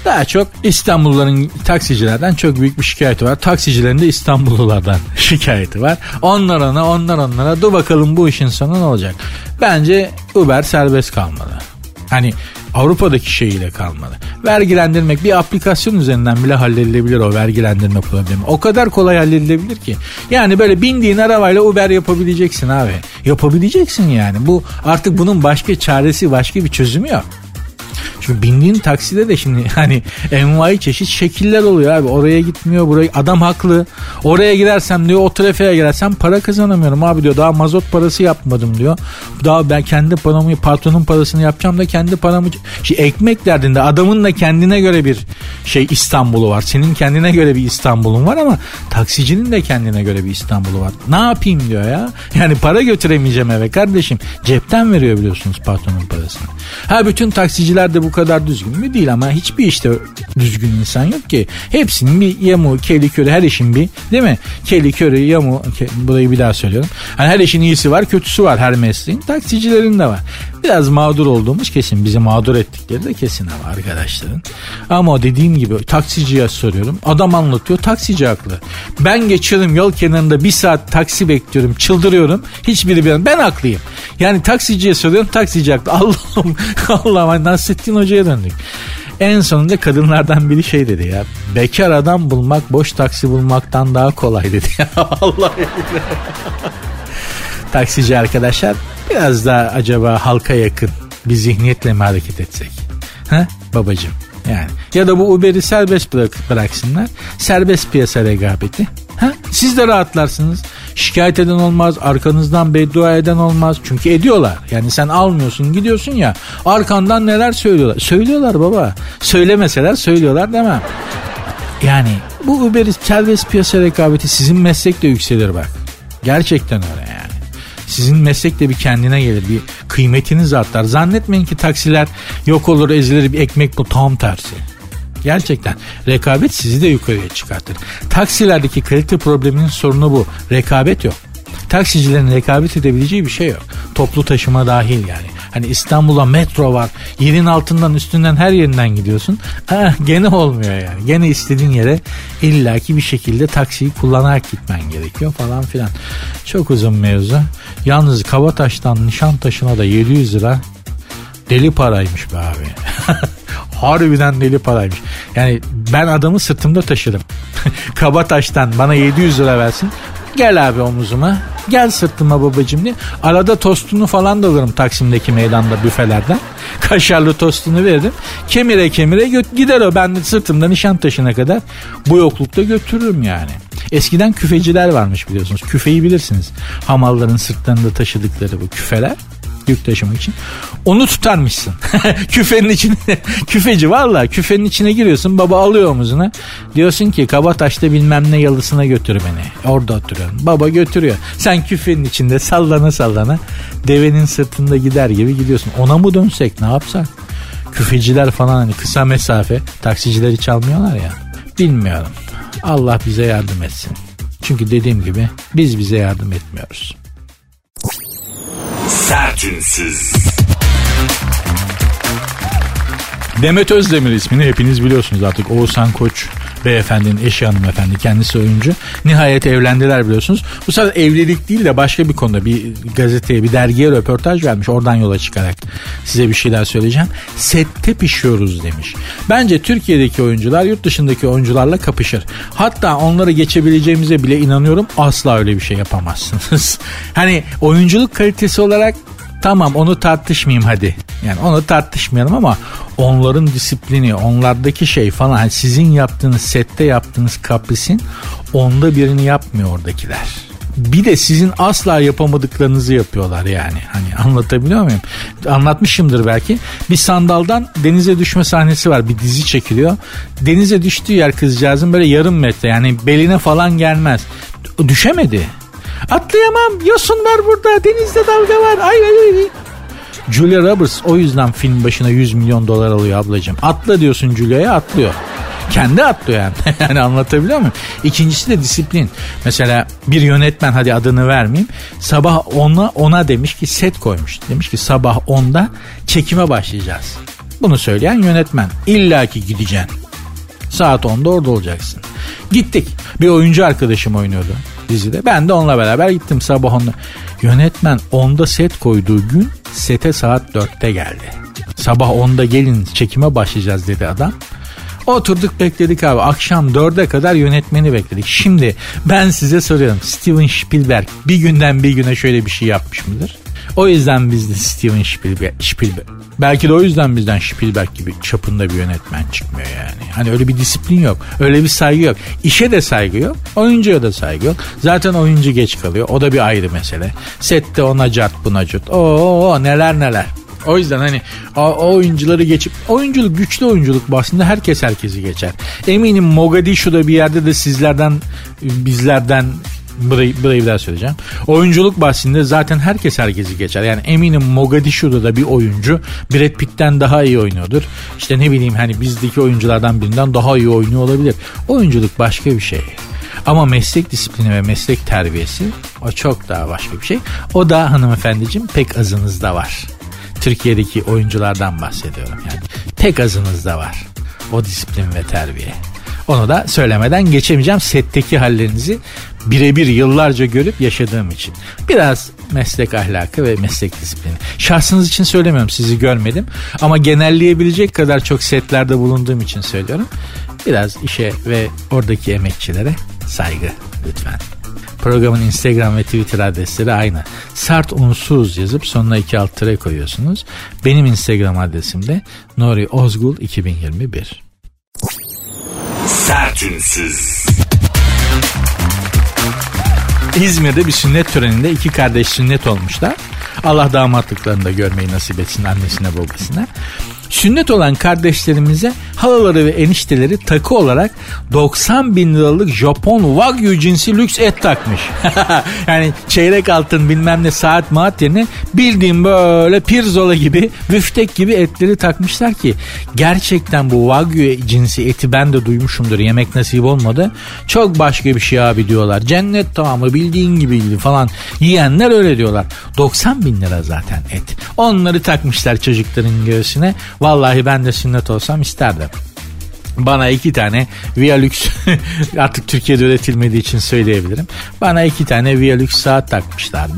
Daha çok İstanbulluların taksicilerden çok büyük bir şikayeti var. Taksicilerin de İstanbullulardan şikayeti var. Onlar ona, onlar onlara. Dur bakalım bu işin sonu ne olacak? Bence Uber serbest kalmalı. Hani Avrupa'daki şeyiyle kalmalı. Vergilendirmek bir aplikasyon üzerinden bile halledilebilir o vergilendirme problemi. O kadar kolay halledilebilir ki. Yani böyle bindiğin arabayla Uber yapabileceksin abi. Yapabileceksin yani. Bu artık bunun başka çaresi, başka bir çözümü yok. Çünkü bindiğin takside de şimdi hani envai çeşit şekiller oluyor abi. Oraya gitmiyor, buraya. Adam haklı. Oraya gidersem diyor, o trafiğe girersem para kazanamıyorum abi diyor. Daha mazot parası yapmadım diyor. Daha ben kendi paramı, patronun parasını yapacağım da kendi paramı. Şey, ekmek derdinde adamın da kendine göre bir şey İstanbul'u var. Senin kendine göre bir İstanbul'un var ama taksicinin de kendine göre bir İstanbul'u var. Ne yapayım diyor ya. Yani para götüremeyeceğim eve kardeşim. Cepten veriyor biliyorsunuz patronun parasını. Ha bütün taksiciler de bu kadar düzgün mü? Değil ama hiçbir işte düzgün insan yok ki. Hepsinin bir yamu, keli körü, her işin bir, değil mi? Keli körü, yamu, ke, burayı bir daha söylüyorum. Hani her işin iyisi var, kötüsü var her mesleğin. Taksicilerin de var. Biraz mağdur olduğumuz kesin. Bizi mağdur ettikleri de kesin ama arkadaşların. Ama dediğim gibi taksiciye soruyorum. Adam anlatıyor. Taksici haklı. Ben geçiyorum yol kenarında bir saat taksi bekliyorum. Çıldırıyorum. Hiçbiri bir ben haklıyım. Yani taksiciye soruyorum. Taksici haklı. Allah'ım Allah'ım Nasrettin Hoca'ya döndük. En sonunda kadınlardan biri şey dedi ya. Bekar adam bulmak boş taksi bulmaktan daha kolay dedi ya. Vallahi. Taksici arkadaşlar biraz daha acaba halka yakın bir zihniyetle mi hareket etsek? Ha babacığım yani. Ya da bu Uber'i serbest bırak, bıraksınlar. Serbest piyasa rekabeti. Ha? Siz de rahatlarsınız. Şikayet eden olmaz. Arkanızdan beddua eden olmaz. Çünkü ediyorlar. Yani sen almıyorsun gidiyorsun ya. Arkandan neler söylüyorlar. Söylüyorlar baba. Söylemeseler söylüyorlar demem. Yani bu Uber'i serbest piyasa rekabeti sizin meslekte yükselir bak. Gerçekten öyle yani. Sizin meslek de bir kendine gelir. Bir kıymetiniz artar. Zannetmeyin ki taksiler yok olur ezilir bir ekmek bu, tam tersi. Gerçekten rekabet sizi de yukarıya çıkartır. Taksilerdeki kalite probleminin sorunu bu. Rekabet yok. Taksicilerin rekabet edebileceği bir şey yok. Toplu taşıma dahil yani. Hani İstanbul'a metro var. Yerin altından üstünden her yerinden gidiyorsun. Ah, gene olmuyor yani. Gene istediğin yere illaki bir şekilde taksiyi kullanarak gitmen gerekiyor falan filan. Çok uzun mevzu. Yalnız Kabataş'tan Nişantaşı'na da yedi yüz lira deli paraymış be abi. Harbiden deli paraymış. Yani ben adamı sırtımda taşırım. Kabataş'tan bana yedi yüz lira versin. Gel abi omuzuma. Gel sırtıma babacığım diye. Arada tostunu falan da alırım Taksim'deki meydanda büfelerden. Kaşarlı tostunu veririm. Kemire kemire gö- gider o. Ben de sırtımda Nişantaşı'na kadar bu yoklukta götürürüm yani. Eskiden küfeciler varmış biliyorsunuz. Küfeyi bilirsiniz. Hamalların sırtlarında taşıdıkları bu küfeler. Yük taşımak için. Onu tutarmışsın. Küfenin içine. Küfeci valla. Küfenin içine giriyorsun. Baba alıyor omuzuna. Diyorsun ki Kabataş'ta bilmem ne yalısına götür beni. Orada oturuyorum. Baba götürüyor. Sen küfenin içinde sallana sallana devenin sırtında gider gibi gidiyorsun. Ona mı dönsek ne yapsak? Küfeciler falan hani kısa mesafe. Taksiciler hiç almıyorlar ya. Bilmiyorum. Allah bize yardım etsin. Çünkü dediğim gibi biz bize yardım etmiyoruz. Sertünsüz. Demet Özdemir ismini hepiniz biliyorsunuz artık. Oğuzhan Koç beyefendinin eşi hanımefendi, kendisi oyuncu. Nihayet evlendiler biliyorsunuz. Bu sefer evlilik değil de başka bir konuda bir gazeteye, bir dergiye röportaj vermiş. Oradan yola çıkarak size bir şeyler söyleyeceğim. Sette pişiyoruz demiş. Bence Türkiye'deki oyuncular yurt dışındaki oyuncularla kapışır. Hatta onları geçebileceğimize bile inanıyorum. Asla öyle bir şey yapamazsınız. Hani oyunculuk kalitesi olarak tamam, onu tartışmayayım hadi. Yani onu tartışmayalım ama onların disiplini, onlardaki şey falan, hani sizin yaptığınız, sette yaptığınız kaprisin onda birini yapmıyor oradakiler. Bir de sizin asla yapamadıklarınızı yapıyorlar yani. Hani anlatabiliyor muyum? Anlatmışımdır belki. Bir sandaldan denize düşme sahnesi var. Bir dizi çekiliyor. Denize düştüğü yer kızcağızın böyle yarım metre, yani beline falan gelmez. Düşemedi. Atlayamam, yosun var burada, denizde dalga var, ay ay ay. Julia Roberts o yüzden film başına yüz milyon dolar alıyor ablacığım. Atla diyorsun Julia'ya, atlıyor. Kendi atlıyor yani. Yani anlatabiliyor muyum? İkincisi de disiplin. Mesela bir yönetmen, hadi adını vermeyeyim, sabah ona ona demiş ki, set koymuş. Demiş ki sabah onda çekime başlayacağız. Bunu söyleyen yönetmen. İlla ki gideceksin. Saat onda orada olacaksın. Gittik. Bir oyuncu arkadaşım oynuyordu dizide. Ben de onunla beraber gittim sabah onda. Yönetmen onda set koyduğu gün sete saat dörtte geldi. Sabah onda gelin çekime başlayacağız dedi adam. Oturduk bekledik abi. Akşam dörde kadar yönetmeni bekledik. Şimdi ben size soruyorum. Steven Spielberg bir günden bir güne şöyle bir şey yapmış mıdır? O yüzden bizde Steven Spielberg, Spielberg. Belki de o yüzden bizden Spielberg gibi çapında bir yönetmen çıkmıyor yani. Hani öyle bir disiplin yok. Öyle bir saygı yok. İşe de saygı yok. Oyuncuya da saygı yok. Zaten oyuncu geç kalıyor. O da bir ayrı mesele. Sette ona cart buna cart. Oo neler neler. O yüzden hani o, o oyuncuları geçip oyunculuk güçlü oyunculuk bahsinde herkes herkesi geçer. Eminim Mogadishu'da bir yerde de sizlerden bizlerden burayı, burayı bir daha söyleyeceğim. Oyunculuk bahsinde zaten herkes herkesi geçer. Yani eminim Mogadishu'da da bir oyuncu Brad Pitt'ten daha iyi oynuyordur. İşte ne bileyim hani bizdeki oyunculardan birinden daha iyi oynuyor olabilir. Oyunculuk başka bir şey. Ama meslek disiplini ve meslek terbiyesi o çok daha başka bir şey. O da hanımefendiciğim pek azınızda var. Türkiye'deki oyunculardan bahsediyorum yani. Pek azınızda var o disiplin ve terbiye. Onu da söylemeden geçemeyeceğim. Setteki hallerinizi birebir yıllarca görüp yaşadığım için. Biraz meslek ahlakı ve meslek disiplini. Şahsınız için söylemiyorum, sizi görmedim. Ama genelleyebilecek kadar çok setlerde bulunduğum için söylüyorum. Biraz işe ve oradaki emekçilere saygı lütfen. Programın Instagram ve Twitter adresleri aynı. Sert unsuz yazıp sonuna iki alt tere koyuyorsunuz. Benim Instagram adresim de Nuri Ozgul iki bin yirmi bir. Sert unsuz. İzmir'de bir sünnet töreninde iki kardeş sünnet olmuşlar. Allah damatlıklarını da görmeyi nasip etsin annesine babasına. Sünnet olan kardeşlerimize halaları ve enişteleri takı olarak doksan bin liralık Japon Wagyu cinsi lüks et takmış. Yani çeyrek altın bilmem ne saat maat yerine bildiğim böyle pirzola gibi büftek gibi etleri takmışlar ki gerçekten bu Wagyu cinsi eti ben de duymuşumdur, yemek nasip olmadı. Çok başka bir şey abi diyorlar. Cennet tamamı bildiğin gibiydi falan. Yiyenler öyle diyorlar. doksan bin lira zaten et. Onları takmışlar çocukların göğsüne. Vallahi ben de sünnet olsam isterdim. Bana iki tane Vialux artık Türkiye'de üretilmediği için söyleyebilirim. Bana iki tane Vialux saat takmışlardı.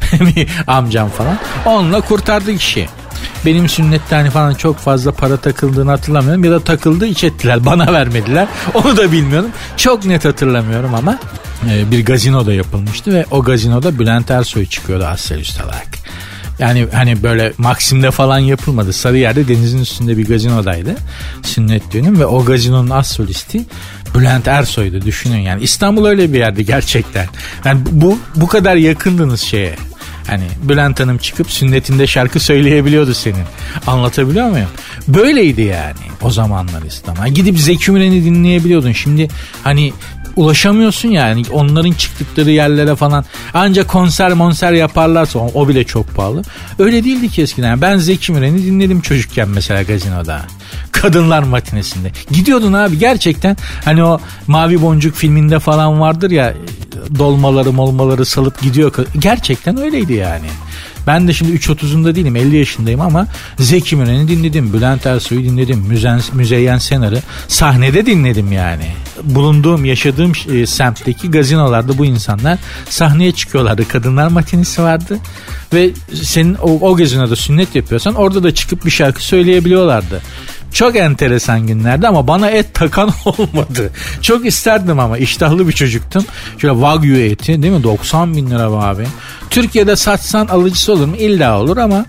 Amcam falan. Onunla kurtardık işi. Benim sünnette hani falan çok fazla para takıldığını hatırlamıyorum. Ya da takıldı iç ettiler. Bana vermediler. Onu da bilmiyorum. Çok net hatırlamıyorum ama bir gazinoda yapılmıştı ve o gazinoda Bülent Ersoy çıkıyordu asıl üst olarak. Yani hani böyle Maksim'de falan yapılmadı. Sarıyer'de denizin üstünde bir gazinodaydı sünnet düğünüm ve o gazinonun as solisti Bülent Ersoy'du, düşünün yani. İstanbul öyle bir yerdi gerçekten. Yani bu bu kadar yakındınız şeye. Hani Bülent Hanım çıkıp sünnetinde şarkı söyleyebiliyordu senin. Anlatabiliyor muyum? Böyleydi yani o zamanlar İstanbul. Gidip Zeki Müren'i dinleyebiliyordun. Şimdi hani ulaşamıyorsun yani onların çıktıkları yerlere falan. Ancak konser monser yaparlarsa o bile çok pahalı. Öyle değildi ki eskiden. Ben Zeki Müren'i dinledim çocukken mesela gazinoda. Kadınlar matinesinde. Gidiyordun abi gerçekten. Hani o Mavi Boncuk filminde falan vardır ya, dolmaları molmaları salıp gidiyor. Gerçekten öyleydi yani. Ben de şimdi üç otuzunda değilim, elli yaşındayım ama Zeki Müren'i dinledim. Bülent Ersoy'u dinledim. Müzen, Müzeyyen Senar'ı sahnede dinledim yani. Bulunduğum, yaşadığım e, semtteki gazinolarda bu insanlar sahneye çıkıyorlardı. Kadınlar matinesi vardı. Ve senin o, o gazinoda sünnet yapıyorsan orada da çıkıp bir şarkı söyleyebiliyorlardı. Çok enteresan günlerdi ama bana et takan olmadı. Çok isterdim ama iştahlı bir çocuktum. Şöyle Wagyu eti değil mi? doksan bin lira abi. Türkiye'de satsan alıcısı olur mu? İlla olur ama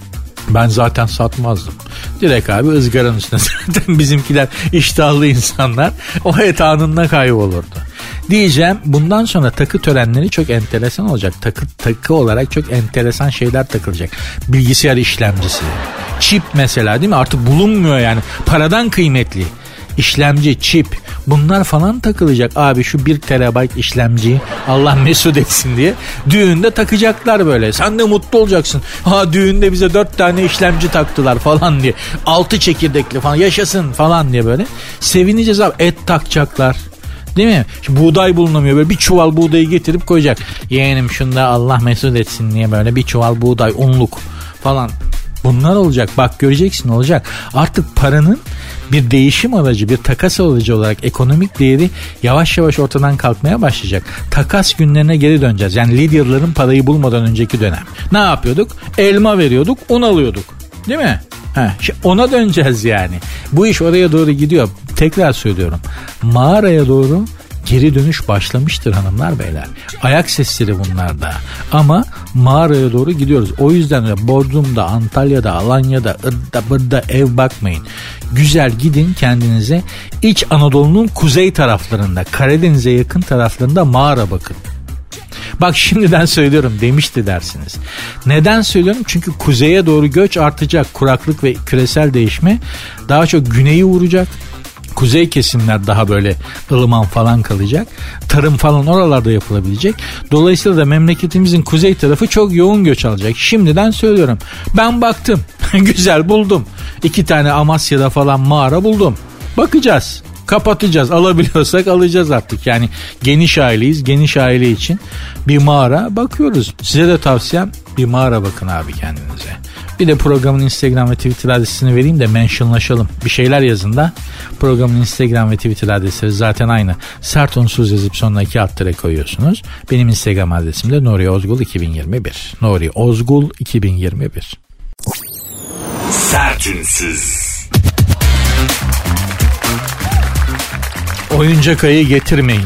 ben zaten satmazdım. Direkt abi ızgaranın üstüne. Zaten bizimkiler iştahlı insanlar. O et anında kaybolurdu. Diyeceğim, bundan sonra takı törenleri çok enteresan olacak. Takı takı olarak çok enteresan şeyler takılacak. Bilgisayar işlemcisi. Çip mesela değil mi? Artık bulunmuyor yani. Paradan kıymetli. İşlemci, çip, bunlar falan takılacak. Abi şu bir terabayt işlemciyi Allah mesut etsin diye düğünde takacaklar böyle. Sen de mutlu olacaksın. Ha düğünde bize dört tane işlemci taktılar falan diye. Altı çekirdekli falan yaşasın falan diye böyle. Sevineceğiz abi. Et takacaklar. Değil mi? Şimdi buğday bulunamıyor. Böyle bir çuval buğdayı getirip koyacak. Yeğenim şunda Allah mesut etsin diye böyle bir çuval buğday, unluk falan. Bunlar olacak. Bak göreceksin olacak. Artık paranın bir değişim aracı, bir takas aracı olarak ekonomik değeri yavaş yavaş ortadan kalkmaya başlayacak. Takas günlerine geri döneceğiz. Yani liderlerin parayı bulmadan önceki dönem. Ne yapıyorduk? Elma veriyorduk, un alıyorduk. Değil mi? Ha, ona döneceğiz yani. Bu iş oraya doğru gidiyor. Tekrar söylüyorum. Mağaraya doğru geri dönüş başlamıştır hanımlar beyler. Ayak sesleri bunlar da. Ama mağaraya doğru gidiyoruz. O yüzden de Bodrum'da, Antalya'da, Alanya'da, ırda bırda ev bakmayın. Güzel gidin kendinize İç Anadolu'nun kuzey taraflarında, Karadeniz'e yakın taraflarında mağara bakın. Bak şimdiden söylüyorum demişti dersiniz. Neden söylüyorum? Çünkü kuzeye doğru göç artacak. Kuraklık ve küresel değişme daha çok güneyi vuracak. Kuzey kesimler daha böyle ılıman falan kalacak. Tarım falan oralarda yapılabilecek. Dolayısıyla da memleketimizin kuzey tarafı çok yoğun göç alacak. Şimdiden söylüyorum. Ben baktım. Güzel buldum. İki tane Amasya'da falan mağara buldum. Bakacağız. Kapatacağız. Alabiliyorsak alacağız artık. Yani geniş aileyiz. Geniş aile için bir mağara bakıyoruz. Size de tavsiyem bir mağara bakın abi kendinize. Bir de programın Instagram ve Twitter adresini vereyim de mentionlaşalım. Bir şeyler yazın da programın Instagram ve Twitter adresleri zaten aynı. Sert unsuz yazıp sonuna iki alt tere koyuyorsunuz. Benim Instagram adresim de Nuri Ozgul iki bin yirmi bir. Nuri Ozgul iki bin yirmi bir. Sert unsuz. Oyuncak ayı getirmeyin.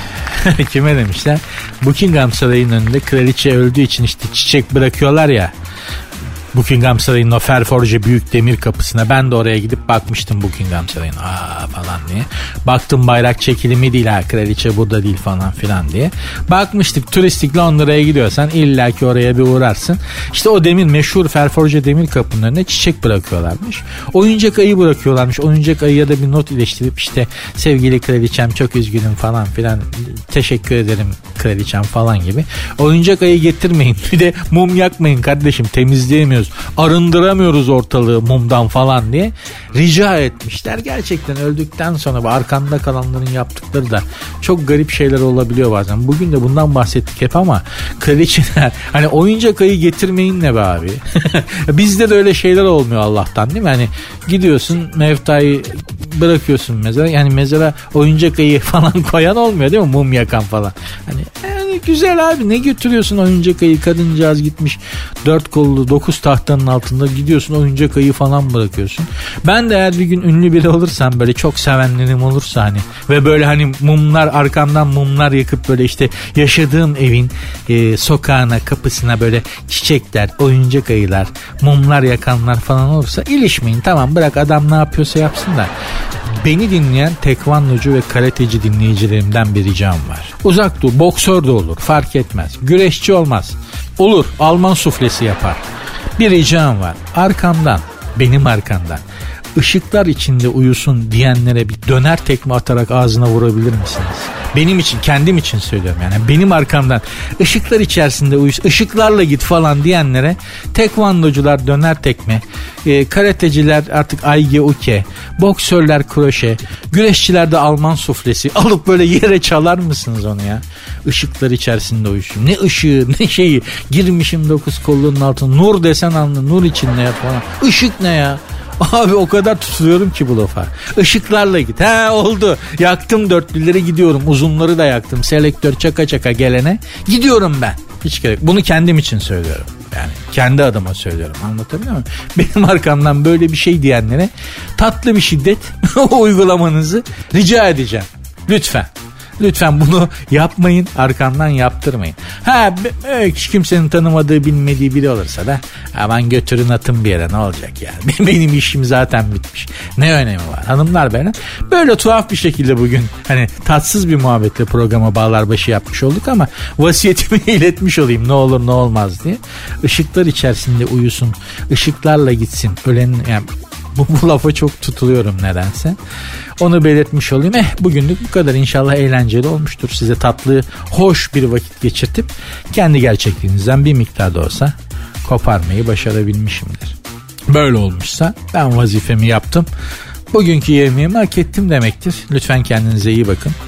Kime demişler? Buckingham Sarayı'nın önünde kraliçe öldüğü için işte çiçek bırakıyorlar ya. Buckingham Sarayı'nın o ferforje büyük demir kapısına. Ben de oraya gidip bakmıştım Buckingham Sarayı'na. Aa falan diye. Baktım bayrak çekilimi değil ha. Kraliçe burada değil falan filan diye. Bakmıştık turistik Londra'ya gidiyorsan illaki oraya bir uğrarsın. İşte o demir meşhur ferforje demir kapının önüne çiçek bırakıyorlarmış. Oyuncak ayı bırakıyorlarmış. Oyuncak ayıya da bir not iliştirip işte sevgili kraliçem çok üzgünüm falan filan. Teşekkür ederim kraliçem falan gibi. Oyuncak ayı getirmeyin. Bir de mum yakmayın kardeşim. Temizleyemiyoruz. Arındıramıyoruz ortalığı mumdan falan diye rica etmişler. Gerçekten öldükten sonra arkanda kalanların yaptıkları da çok garip şeyler olabiliyor bazen. Bugün de bundan bahsettik hep ama kraliçeler hani oyuncak ayı getirmeyin ne be abi. Bizde de öyle şeyler olmuyor Allah'tan değil mi? Hani gidiyorsun mevtayı bırakıyorsun mezara. Yani mezara oyuncak ayı falan koyan olmuyor değil mi? Mum yakan falan. Hani yani güzel abi ne götürüyorsun oyuncak ayı? Kadıncağız gitmiş dört kollu dokuz tahtanın altında gidiyorsun oyuncak ayı falan bırakıyorsun. Ben de eğer bir gün ünlü biri olursam böyle çok sevenlerim olursa hani ve böyle hani mumlar arkamdan mumlar yakıp böyle işte yaşadığım evin e, sokağına kapısına böyle çiçekler oyuncak ayılar mumlar yakanlar falan olursa ilişmeyin tamam bırak adam ne yapıyorsa yapsın da beni dinleyen tekvandocu ve karateci dinleyicilerimden bir ricam var. Uzak dur, boksör de olur, fark etmez. Güreşçi olmaz. Olur, Alman suflesi yapar. Bir ricam var. Arkamdan, benim arkamdan ışıklar içinde uyusun diyenlere bir döner tekme atarak ağzına vurabilir misiniz? Benim için, kendim için söylüyorum yani. Benim arkamdan ışıklar içerisinde uyusun, ışıklarla git falan diyenlere tekvandocular döner tekme, e, karateciler artık aige uke, boksörler kroşe, güreşçiler de Alman suflesi alıp böyle yere çalar mısınız onu ya? Işıklar içerisinde uyusun. Ne ışığı, ne şeyi. Girmişim dokuz kolluğunun altına. Nur desen anlı, nur içinde ya falan. Işık ne ya? Abi o kadar tutuluyorum ki bu lafa. Işıklarla git. He oldu. Yaktım dörtlüleri gidiyorum. Uzunları da yaktım. Selektör çaka çaka gelene gidiyorum ben. Hiç gerek. Bunu kendim için söylüyorum. Yani kendi adıma söylüyorum. Anlatabiliyor muyum? Benim arkamdan böyle bir şey diyenlere tatlı bir şiddet uygulamanızı rica edeceğim. Lütfen. Lütfen bunu yapmayın, arkamdan yaptırmayın. Ha hiç kimsenin tanımadığı bilmediği biri olursa da aman götürün atın bir yere ne olacak yani. Benim işim zaten bitmiş. Ne önemi var hanımlar beyler. Böyle tuhaf bir şekilde bugün hani tatsız bir muhabbetle programa bağlar başı yapmış olduk ama vasiyetimi iletmiş olayım ne olur ne olmaz diye. Işıklar içerisinde uyusun, ışıklarla gitsin. Ölen yani bu, bu lafa çok tutuluyorum nedense. Onu belirtmiş olayım. Eh bugünlük bu kadar. İnşallah eğlenceli olmuştur. Size tatlı, hoş bir vakit geçirtip kendi gerçekliğinizden bir miktar da olsa koparmayı başarabilmişimdir. Böyle olmuşsa ben vazifemi yaptım. Bugünkü yemeğimi hak ettim demektir. Lütfen kendinize iyi bakın.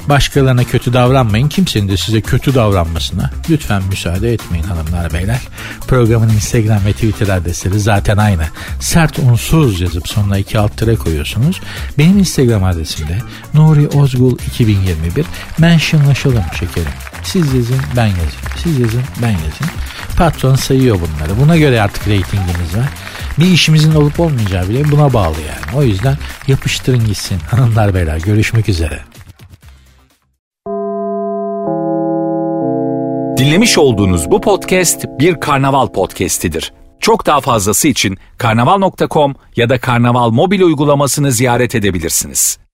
Başkalarına kötü davranmayın. Kimsenin de size kötü davranmasına lütfen müsaade etmeyin hanımlar beyler. Programın Instagram ve Twitter adresleri zaten aynı. Sert unsuz yazıp sonuna iki alt tere koyuyorsunuz. Benim Instagram adresim de Nuri Ozgul iki bin yirmi bir. Mentionlaşalım şekerim. Siz yazın, ben yazayım. Siz yazın, ben yazayım. Patron sayıyor bunları. Buna göre artık reytingimiz var. Bir işimizin olup olmayacağı bile buna bağlı yani. O yüzden yapıştırın gitsin. Hanımlar beyler, görüşmek üzere. Dinlemiş olduğunuz bu podcast bir Karnaval podcastidir. Çok daha fazlası için karnaval nokta com ya da Karnaval mobil uygulamasını ziyaret edebilirsiniz.